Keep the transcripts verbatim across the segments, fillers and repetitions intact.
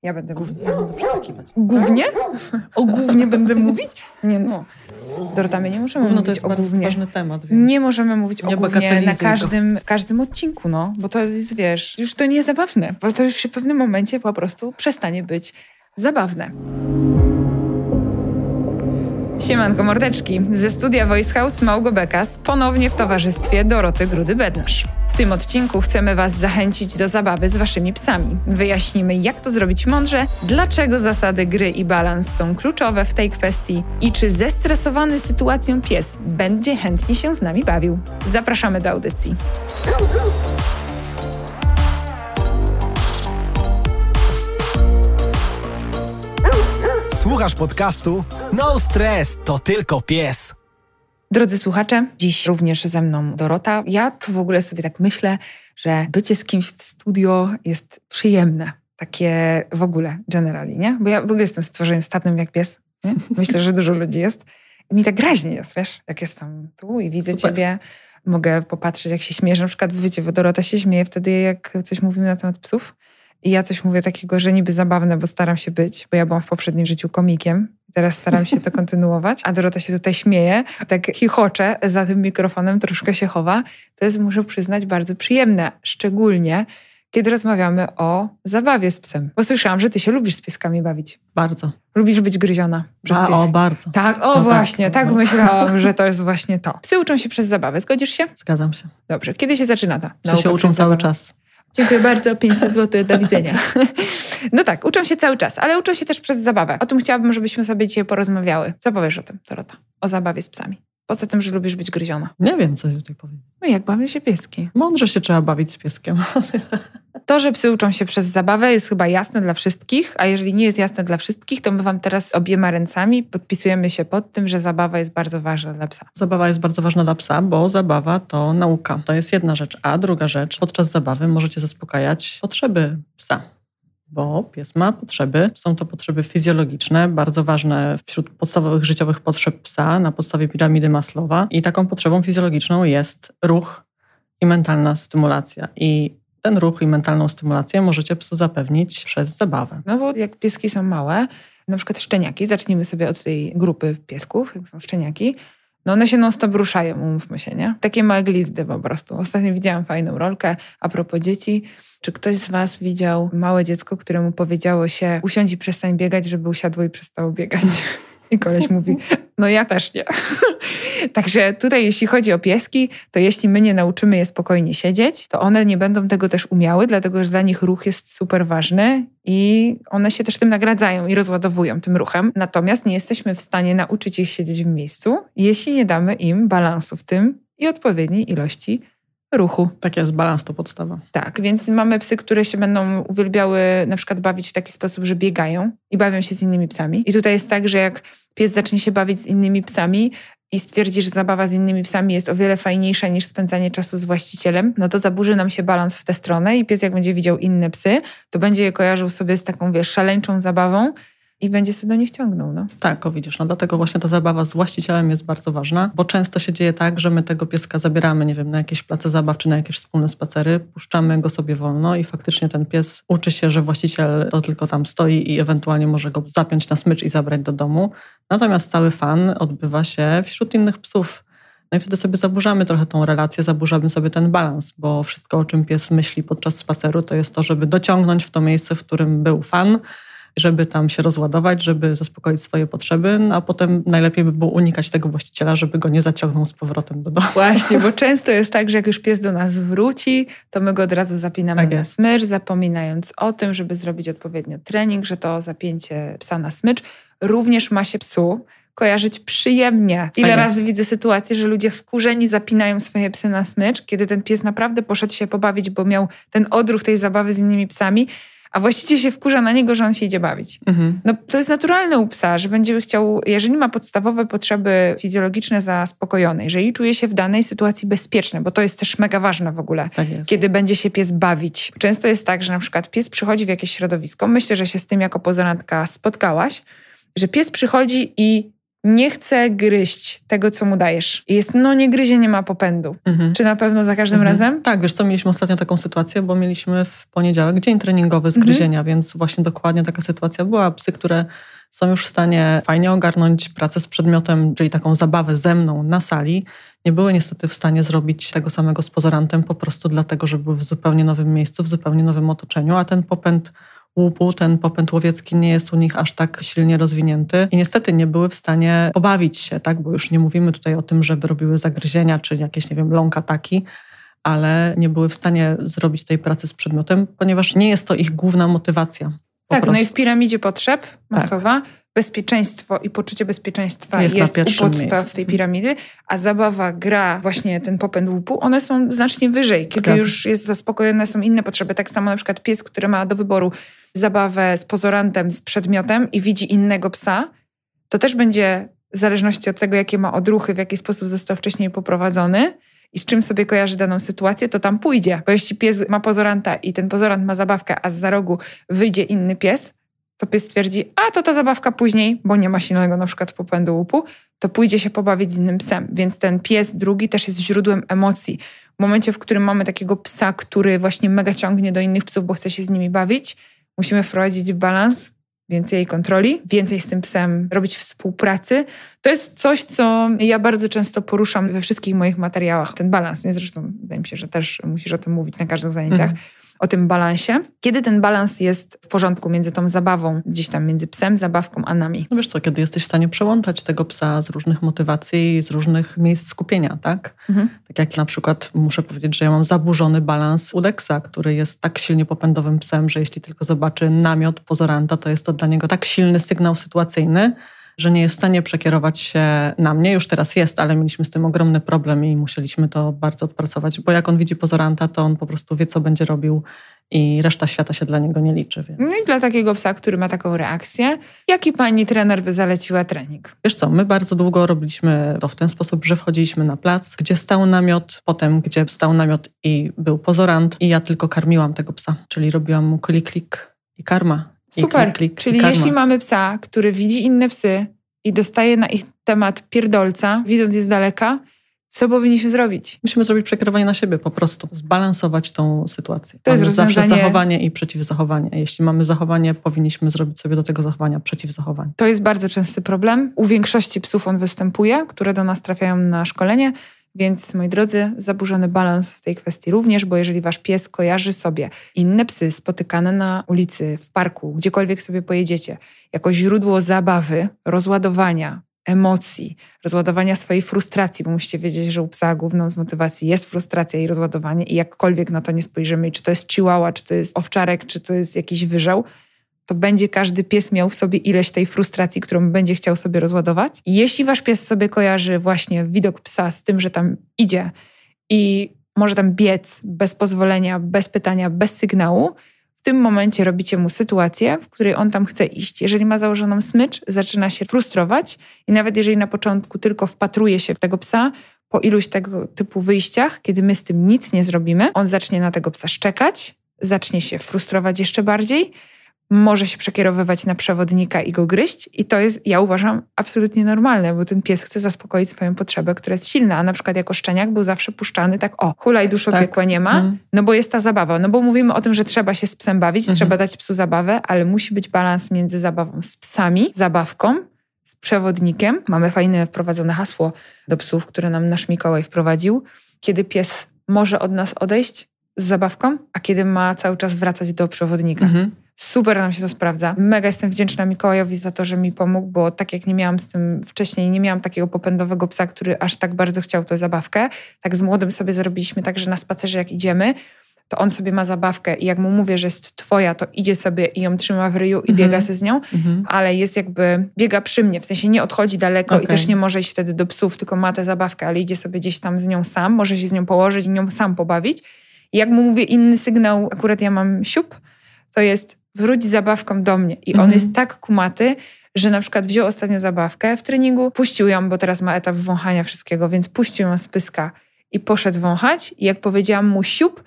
Ja będę Gównie, mówić. ja będę przytakiwać. Gównie? O gównie będę mówić? Nie no. Dorota, my nie możemy Gówno mówić to jest o bardzo gównie. ważny temat, więc... Nie możemy mówić nie o gównie bagatelizuj na go. każdym, każdym odcinku, no. Bo to jest, wiesz, już to nie jest zabawne. Bo to już się w pewnym momencie po prostu przestanie być zabawne. Siemanko mordeczki. Ze studia Voice House Małgobekas ponownie w towarzystwie Doroty Grudy-Bednarz. W tym odcinku chcemy Was zachęcić do zabawy z Waszymi psami. Wyjaśnimy, jak to zrobić mądrze, dlaczego zasady gry i balans są kluczowe w tej kwestii i czy zestresowany sytuacją pies będzie chętnie się z nami bawił. Zapraszamy do audycji. Słuchasz podcastu No Stres, to tylko pies. Drodzy słuchacze, dziś również ze mną Dorota. Ja to w ogóle sobie tak myślę, że bycie z kimś w studio jest przyjemne. Takie w ogóle, generalnie, nie? Bo ja w ogóle jestem stworzeniem statnym jak pies. Nie? Myślę, że dużo ludzi jest. I mi tak raźnie jest, wiesz, jak jestem tu i widzę Super. ciebie. Mogę popatrzeć, jak się śmiejesz. Na przykład, wiecie, bo Dorota się śmieje wtedy, jak coś mówimy na temat psów. I ja coś mówię takiego, że niby zabawne, bo staram się być, bo ja byłam w poprzednim życiu komikiem. Teraz staram się to kontynuować, a Dorota się tutaj śmieje, tak chichocze za tym mikrofonem, troszkę się chowa. To jest, muszę przyznać, bardzo przyjemne, szczególnie kiedy rozmawiamy o zabawie z psem. Bo słyszałam, że ty się lubisz z pieskami bawić. Bardzo. Lubisz być gryziona przez A, pies. o, bardzo. Tak, o No właśnie, tak, tak no. myślałam, że to jest właśnie to. Psy uczą się przez zabawę, zgodzisz się? Zgadzam się. Dobrze, kiedy się zaczyna ta Psy się nauka uczą przez cały zabawę? czas. Dziękuję bardzo, pięćset złotych, do widzenia. No tak, uczą się cały czas, ale uczą się też przez zabawę. O tym chciałabym, żebyśmy sobie dzisiaj porozmawiały. Co powiesz o tym, Dorota? O zabawie z psami. Poza tym, że lubisz być gryziona. Nie wiem, co tutaj powiedzieć. No jak bawią się pieski? Mądrze się trzeba bawić z pieskiem. To, że psy uczą się przez zabawę jest chyba jasne dla wszystkich, a jeżeli nie jest jasne dla wszystkich, to my wam teraz obiema ręcami podpisujemy się pod tym, że zabawa jest bardzo ważna dla psa. Zabawa jest bardzo ważna dla psa, bo zabawa to nauka. To jest jedna rzecz. A druga rzecz, podczas zabawy możecie zaspokajać potrzeby psa. Bo pies ma potrzeby. Są to potrzeby fizjologiczne, bardzo ważne wśród podstawowych życiowych potrzeb psa na podstawie piramidy Maslowa. I taką potrzebą fizjologiczną jest ruch i mentalna stymulacja. I ten ruch i mentalną stymulację możecie psu zapewnić przez zabawę. No bo jak pieski są małe, na przykład szczeniaki, zacznijmy sobie od tej grupy piesków, jak są szczeniaki, no one się non-stop ruszają, umówmy się, nie? Takie małe glizdy po prostu. Ostatnio widziałam fajną rolkę a propos dzieci. Czy ktoś z was widział małe dziecko, któremu powiedziało się usiądź i przestań biegać, żeby usiadło i przestało biegać? I koleś mówi, no ja też nie. Także tutaj jeśli chodzi o pieski, to jeśli my nie nauczymy je spokojnie siedzieć, to one nie będą tego też umiały, dlatego że dla nich ruch jest super ważny i one się też tym nagradzają i rozładowują tym ruchem. Natomiast nie jesteśmy w stanie nauczyć ich siedzieć w miejscu, jeśli nie damy im balansu w tym i odpowiedniej ilości ruchu. Tak jest, balans to podstawa. Tak, więc mamy psy, które się będą uwielbiały na przykład bawić w taki sposób, że biegają i bawią się z innymi psami. I tutaj jest tak, że jak pies zacznie się bawić z innymi psami i stwierdzi, że zabawa z innymi psami jest o wiele fajniejsza niż spędzanie czasu z właścicielem, no to zaburzy nam się balans w tę stronę i pies jak będzie widział inne psy, to będzie je kojarzył sobie z taką, wiesz, szaleńczą zabawą i będzie sobie do nich ciągnął, no. Tak, o widzisz, no dlatego właśnie ta zabawa z właścicielem jest bardzo ważna, bo często się dzieje tak, że my tego pieska zabieramy, nie wiem, na jakieś place zabaw, czy na jakieś wspólne spacery, puszczamy go sobie wolno i faktycznie ten pies uczy się, że właściciel to tylko tam stoi i ewentualnie może go zapiąć na smycz i zabrać do domu. Natomiast cały fan odbywa się wśród innych psów. No i wtedy sobie zaburzamy trochę tą relację, zaburzamy sobie ten balans, bo wszystko, o czym pies myśli podczas spaceru, to jest to, żeby dociągnąć w to miejsce, w którym był fan, żeby tam się rozładować, żeby zaspokoić swoje potrzeby, no a potem najlepiej by było unikać tego właściciela, żeby go nie zaciągnął z powrotem do domu. Właśnie, bo często jest tak, że jak już pies do nas wróci, to my go od razu zapinamy Tak na jest. smycz, zapominając o tym, żeby zrobić odpowiednio trening, że to zapięcie psa na smycz również ma się psu kojarzyć przyjemnie. Ile jest. razy widzę sytuację, że ludzie wkurzeni zapinają swoje psy na smycz, kiedy ten pies naprawdę poszedł się pobawić, bo miał ten odruch tej zabawy z innymi psami, a właściciel się wkurza na niego, że on się idzie bawić. Mhm. No to jest naturalne u psa, że będzie chciał, jeżeli ma podstawowe potrzeby fizjologiczne zaspokojone, jeżeli czuje się w danej sytuacji bezpieczny, bo to jest też mega ważne w ogóle, Tak jest. kiedy będzie się pies bawić. Często jest tak, że na przykład pies przychodzi w jakieś środowisko, myślę, że się z tym jako pozoratka spotkałaś, że pies przychodzi i nie chce gryźć tego, co mu dajesz. I jest, no nie gryzie, nie ma popędu. Mhm. Czy na pewno za każdym mhm. razem? Tak, wiesz co, mieliśmy ostatnio taką sytuację, bo mieliśmy w poniedziałek dzień treningowy z gryzienia, mhm. więc właśnie dokładnie taka sytuacja była. Psy, które są już w stanie fajnie ogarnąć pracę z przedmiotem, czyli taką zabawę ze mną na sali, nie były niestety w stanie zrobić tego samego z pozorantem po prostu dlatego, że były w zupełnie nowym miejscu, w zupełnie nowym otoczeniu, a ten popęd łupu, ten popęd łowiecki nie jest u nich aż tak silnie rozwinięty i niestety nie były w stanie pobawić się, tak? Bo już nie mówimy tutaj o tym, żeby robiły zagryzienia czy jakieś, nie wiem, long ataki, ale nie były w stanie zrobić tej pracy z przedmiotem, ponieważ nie jest to ich główna motywacja. Tak, prostu. No i w piramidzie potrzeb masowa tak. bezpieczeństwo i poczucie bezpieczeństwa jest, jest u podstaw miejscu. tej piramidy, a zabawa, gra, właśnie ten popęd łupu, one są znacznie wyżej, kiedy Zgadza. już jest zaspokojone, są inne potrzeby. Tak samo na przykład pies, który ma do wyboru zabawę z pozorantem, z przedmiotem i widzi innego psa, to też będzie w zależności od tego, jakie ma odruchy, w jaki sposób został wcześniej poprowadzony i z czym sobie kojarzy daną sytuację, to tam pójdzie. Bo jeśli pies ma pozoranta i ten pozorant ma zabawkę, a zza rogu wyjdzie inny pies, to pies stwierdzi, a to ta zabawka później, bo nie ma silnego na przykład popędu łupu, to pójdzie się pobawić z innym psem. Więc ten pies drugi też jest źródłem emocji. W momencie, w którym mamy takiego psa, który właśnie mega ciągnie do innych psów, bo chce się z nimi bawić, musimy wprowadzić balans, więcej kontroli, więcej z tym psem robić współpracy. To jest coś, co ja bardzo często poruszam we wszystkich moich materiałach. Ten balans, nie? Zresztą wydaje mi się, że też musisz o tym mówić na każdych zajęciach. Mhm. O tym balansie. Kiedy ten balans jest w porządku między tą zabawą, gdzieś tam między psem, zabawką, a nami? No wiesz co, kiedy jesteś w stanie przełączać tego psa z różnych motywacji, z różnych miejsc skupienia, tak? Mhm. Tak jak na przykład muszę powiedzieć, że ja mam zaburzony balans u Dexa, który jest tak silnie popędowym psem, że jeśli tylko zobaczy namiot pozoranta, to jest to dla niego tak silny sygnał sytuacyjny, że nie jest w stanie przekierować się na mnie. Już teraz jest, ale mieliśmy z tym ogromny problem i musieliśmy to bardzo odpracować, bo jak on widzi pozoranta, to on po prostu wie, co będzie robił i reszta świata się dla niego nie liczy. Więc... No i dla takiego psa, który ma taką reakcję, jaki pani trener by zaleciła trening? Wiesz co, my bardzo długo robiliśmy to w ten sposób, że wchodziliśmy na plac, gdzie stał namiot, potem gdzie stał namiot i był pozorant i ja tylko karmiłam tego psa, czyli robiłam mu klik, klik i karma. Super, klik, klik, czyli jeśli mamy psa, który widzi inne psy i dostaje na ich temat pierdolca, widząc je z daleka, co powinniśmy zrobić? Musimy zrobić przekierowanie na siebie po prostu, zbalansować tą sytuację. To jest mamy rozwiązanie... zawsze zachowanie i przeciwzachowanie. Jeśli mamy zachowanie, powinniśmy zrobić sobie do tego zachowania przeciwzachowanie. To jest bardzo częsty problem. U większości psów on występuje, które do nas trafiają na szkolenie. Więc, moi drodzy, zaburzony balans w tej kwestii również, bo jeżeli wasz pies kojarzy sobie inne psy spotykane na ulicy, w parku, gdziekolwiek sobie pojedziecie, jako źródło zabawy, rozładowania emocji, rozładowania swojej frustracji, bo musicie wiedzieć, że u psa główną z motywacji jest frustracja i rozładowanie i jakkolwiek na to nie spojrzymy, czy to jest chihuahua, czy to jest owczarek, czy to jest jakiś wyżeł, to będzie każdy pies miał w sobie ileś tej frustracji, którą będzie chciał sobie rozładować. I jeśli wasz pies sobie kojarzy właśnie widok psa z tym, że tam idzie i może tam biec bez pozwolenia, bez pytania, bez sygnału, w tym momencie robicie mu sytuację, w której on tam chce iść. Jeżeli ma założoną smycz, zaczyna się frustrować i nawet jeżeli na początku tylko wpatruje się w tego psa, po iluś tego typu wyjściach, kiedy my z tym nic nie zrobimy, on zacznie na tego psa szczekać, zacznie się frustrować jeszcze bardziej, może się przekierowywać na przewodnika i go gryźć i to jest, ja uważam, absolutnie normalne, bo ten pies chce zaspokoić swoją potrzebę, która jest silna, a na przykład jako szczeniak był zawsze puszczany tak, o, hulaj duszo, tak. piekła nie ma, mm. no bo jest ta zabawa, no bo mówimy o tym, że trzeba się z psem bawić, mm-hmm. trzeba dać psu zabawę, ale musi być balans między zabawą z psami, zabawką, z przewodnikiem. Mamy fajne wprowadzone hasło do psów, które nam nasz Mikołaj wprowadził, kiedy pies może od nas odejść z zabawką, a kiedy ma cały czas wracać do przewodnika. Mm-hmm. Super nam się to sprawdza. Mega jestem wdzięczna Mikołajowi za to, że mi pomógł, bo tak jak nie miałam z tym wcześniej, nie miałam takiego popędowego psa, który aż tak bardzo chciał tę zabawkę. Tak z młodym sobie zrobiliśmy tak, że na spacerze jak idziemy, to on sobie ma zabawkę i jak mu mówię, że jest twoja, to idzie sobie i ją trzyma w ryju i mm-hmm. biega się z nią, mm-hmm. ale jest jakby, biega przy mnie, w sensie nie odchodzi daleko okay. i też nie może iść wtedy do psów, tylko ma tę zabawkę, ale idzie sobie gdzieś tam z nią sam, może się z nią położyć i nią sam pobawić. I jak mu mówię inny sygnał, akurat ja mam siup, to jest wróć z zabawką do mnie. I on mhm. jest tak kumaty, że na przykład wziął ostatnio zabawkę w treningu, puścił ją, bo teraz ma etap wąchania wszystkiego, więc puścił ją z pyska i poszedł wąchać. I jak powiedziałam mu siup,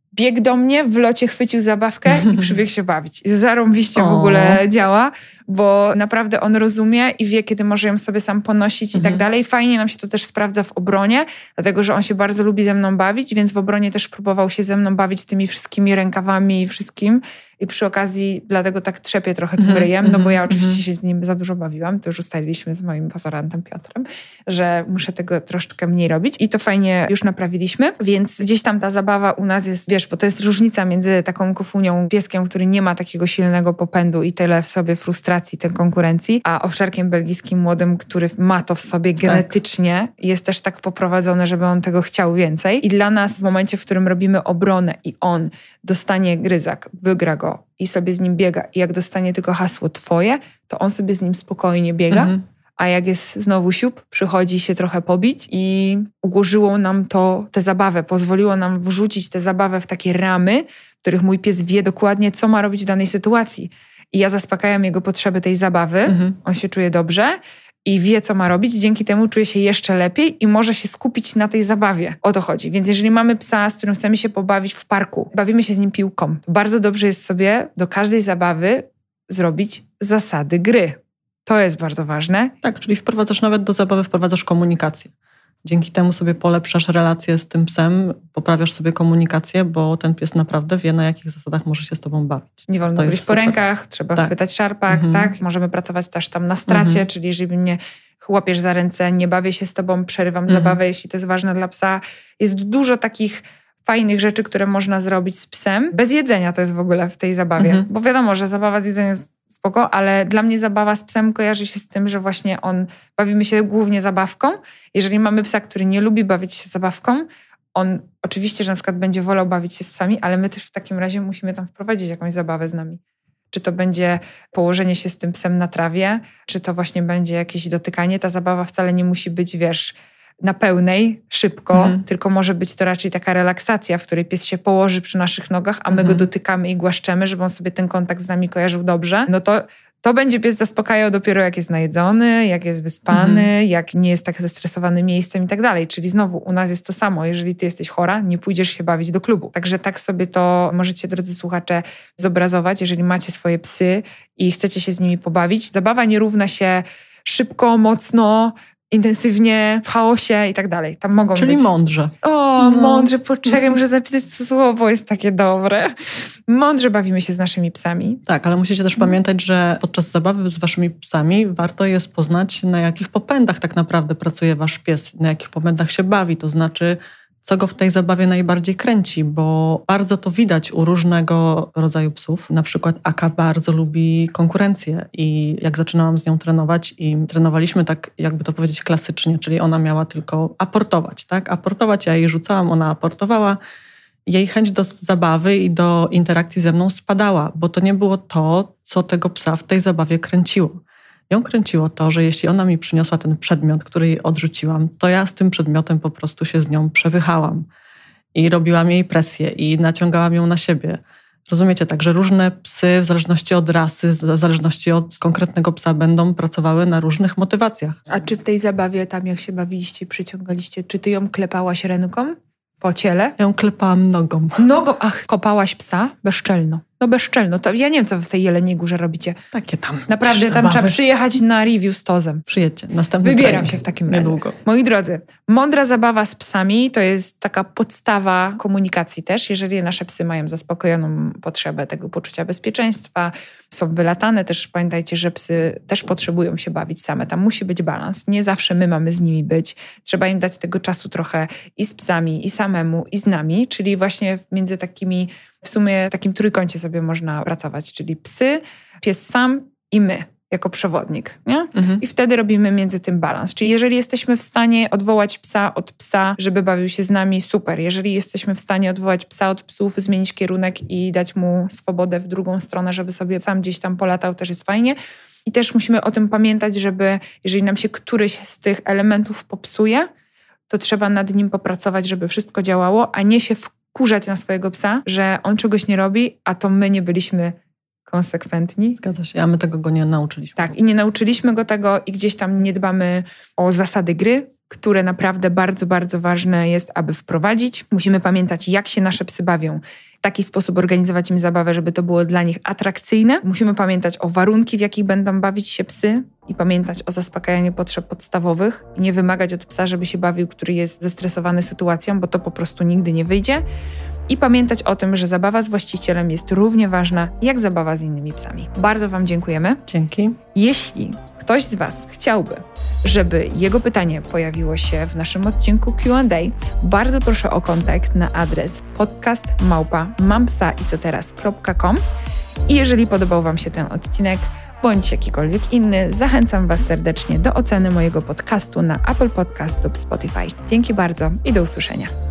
biegł do mnie, w locie chwycił zabawkę i przybiegł się bawić. I zarąbiście w ogóle działa, bo naprawdę on rozumie i wie, kiedy może ją sobie sam ponosić i tak dalej. Fajnie nam się to też sprawdza w obronie, dlatego, że on się bardzo lubi ze mną bawić, więc w obronie też próbował się ze mną bawić tymi wszystkimi rękawami i wszystkim. I przy okazji dlatego tak trzepię trochę tym ryjem, no bo ja oczywiście się z nim za dużo bawiłam. To już ustaliliśmy z moim pasorantem Piotrem, że muszę tego troszeczkę mniej robić. I to fajnie już naprawiliśmy, więc gdzieś tam ta zabawa u nas jest, wiesz, bo to jest różnica między taką kofunią, pieskiem, który nie ma takiego silnego popędu i tyle w sobie frustracji, tej konkurencji, a owczarkiem belgijskim młodym, który ma to w sobie genetycznie, tak. Jest też tak poprowadzone, żeby on tego chciał więcej. I dla nas w momencie, w którym robimy obronę i on dostanie gryzak, wygra go i sobie z nim biega i jak dostanie tylko hasło twoje, to on sobie z nim spokojnie biega, mhm. a jak jest znowu siup, przychodzi się trochę pobić i ułożyło nam to tę zabawę, pozwoliło nam wrzucić tę zabawę w takie ramy, w których mój pies wie dokładnie, co ma robić w danej sytuacji. I ja zaspokajam jego potrzeby tej zabawy, mhm. on się czuje dobrze i wie, co ma robić, dzięki temu czuje się jeszcze lepiej i może się skupić na tej zabawie. O to chodzi. Więc jeżeli mamy psa, z którym chcemy się pobawić w parku, bawimy się z nim piłką, to bardzo dobrze jest sobie do każdej zabawy zrobić zasady gry. To jest bardzo ważne. Tak, czyli wprowadzasz nawet do zabawy, wprowadzasz komunikację. Dzięki temu sobie polepszasz relację z tym psem, poprawiasz sobie komunikację, bo ten pies naprawdę wie, na jakich zasadach może się z tobą bawić. Nie wolno gryźć po rękach, trzeba tak. chwytać szarpak, mhm. tak? Możemy pracować też tam na stracie, mhm. czyli jeżeli mnie łapiesz za ręce, nie bawię się z tobą, przerywam mhm. zabawę, jeśli to jest ważne dla psa. Jest dużo takich fajnych rzeczy, które można zrobić z psem. Bez jedzenia to jest w ogóle w tej zabawie, mhm. bo wiadomo, że zabawa z jedzeniem jest spoko, ale dla mnie zabawa z psem kojarzy się z tym, że właśnie on, bawimy się głównie zabawką. Jeżeli mamy psa, który nie lubi bawić się zabawką, on oczywiście, że na przykład będzie wolał bawić się z psami, ale my też w takim razie musimy tam wprowadzić jakąś zabawę z nami. Czy to będzie położenie się z tym psem na trawie, czy to właśnie będzie jakieś dotykanie. Ta zabawa wcale nie musi być, wiesz, na pełnej, szybko, mhm. tylko może być to raczej taka relaksacja, w której pies się położy przy naszych nogach, a my mhm. go dotykamy i głaszczemy, żeby on sobie ten kontakt z nami kojarzył dobrze. No to to będzie pies zaspokajał dopiero jak jest najedzony, jak jest wyspany, mhm. jak nie jest tak zestresowany miejscem i tak dalej. Czyli znowu u nas jest to samo. Jeżeli ty jesteś chora, nie pójdziesz się bawić do klubu. Także tak sobie to możecie, drodzy słuchacze, zobrazować, jeżeli macie swoje psy i chcecie się z nimi pobawić. Zabawa nie równa się szybko, mocno, intensywnie, w chaosie i tak dalej. Tam mogą Czyli być... mądrze. O, no. mądrze, poczekaj, muszę zapisać to słowo, jest takie dobre. Mądrze bawimy się z naszymi psami. Tak, ale musicie też pamiętać, że podczas zabawy z waszymi psami warto jest poznać, na jakich popędach tak naprawdę pracuje wasz pies, na jakich popędach się bawi, to znaczy co go w tej zabawie najbardziej kręci, bo bardzo to widać u różnego rodzaju psów. Na przykład Aka bardzo lubi konkurencję i jak zaczynałam z nią trenować i trenowaliśmy tak, jakby to powiedzieć, klasycznie, czyli ona miała tylko aportować, tak? Aportować, ja jej rzucałam, ona aportowała. Jej chęć do zabawy i do interakcji ze mną spadała, bo to nie było to, co tego psa w tej zabawie kręciło. Ją kręciło to, że jeśli ona mi przyniosła ten przedmiot, który jej odrzuciłam, to ja z tym przedmiotem po prostu się z nią przepychałam i robiłam jej presję i naciągałam ją na siebie. Rozumiecie, także różne psy w zależności od rasy, w zależności od konkretnego psa będą pracowały na różnych motywacjach. A czy w tej zabawie, tam jak się bawiliście, przyciągaliście, czy ty ją klepałaś ręką po ciele? Ja ją klepałam nogą. Nogą? Ach, kopałaś psa? Bezczelno. No bezczelno. To ja nie wiem, co wy w tej Jeleniej Górze robicie. Takie tam Naprawdę, tam zabawy. Trzeba przyjechać na review z Tozem. Przyjedźcie. Następny Wybieram trening. się w takim razie. Niedługo. Moi drodzy, mądra zabawa z psami to jest taka podstawa komunikacji też. Jeżeli nasze psy mają zaspokojoną potrzebę tego poczucia bezpieczeństwa, są wylatane też, pamiętajcie, że psy też potrzebują się bawić same. Tam musi być balans. Nie zawsze my mamy z nimi być. Trzeba im dać tego czasu trochę i z psami, i samemu, i z nami, czyli właśnie między takimi, w sumie w takim trójkącie sobie można pracować, czyli psy, pies sam i my jako przewodnik, nie? Mhm. I wtedy robimy między tym balans. Czyli jeżeli jesteśmy w stanie odwołać psa od psa, żeby bawił się z nami, super. Jeżeli jesteśmy w stanie odwołać psa od psów, zmienić kierunek i dać mu swobodę w drugą stronę, żeby sobie sam gdzieś tam polatał, też jest fajnie. I też musimy o tym pamiętać, żeby jeżeli nam się któryś z tych elementów popsuje, to trzeba nad nim popracować, żeby wszystko działało, a nie się wkurzać na swojego psa, że on czegoś nie robi, a to my nie byliśmy konsekwentni. Zgadza się, a my tego go nie nauczyliśmy. Tak, i nie nauczyliśmy go tego i gdzieś tam nie dbamy o zasady gry, które naprawdę bardzo, bardzo ważne jest, aby wprowadzić. Musimy pamiętać, jak się nasze psy bawią. W taki sposób organizować im zabawę, żeby to było dla nich atrakcyjne. Musimy pamiętać o warunki, w jakich będą bawić się psy i pamiętać o zaspokajaniu potrzeb podstawowych. I nie wymagać od psa, żeby się bawił, który jest zestresowany sytuacją, bo to po prostu nigdy nie wyjdzie. I pamiętać o tym, że zabawa z właścicielem jest równie ważna, jak zabawa z innymi psami. Bardzo Wam dziękujemy. Dzięki. Jeśli ktoś z Was chciałby, żeby jego pytanie pojawiło się w naszym odcinku Q and A, bardzo proszę o kontakt na adres podcast małpa mampsaicoteraz kropka com. I jeżeli podobał Wam się ten odcinek, bądź jakikolwiek inny, zachęcam Was serdecznie do oceny mojego podcastu na Apple Podcast lub Spotify. Dzięki bardzo i do usłyszenia.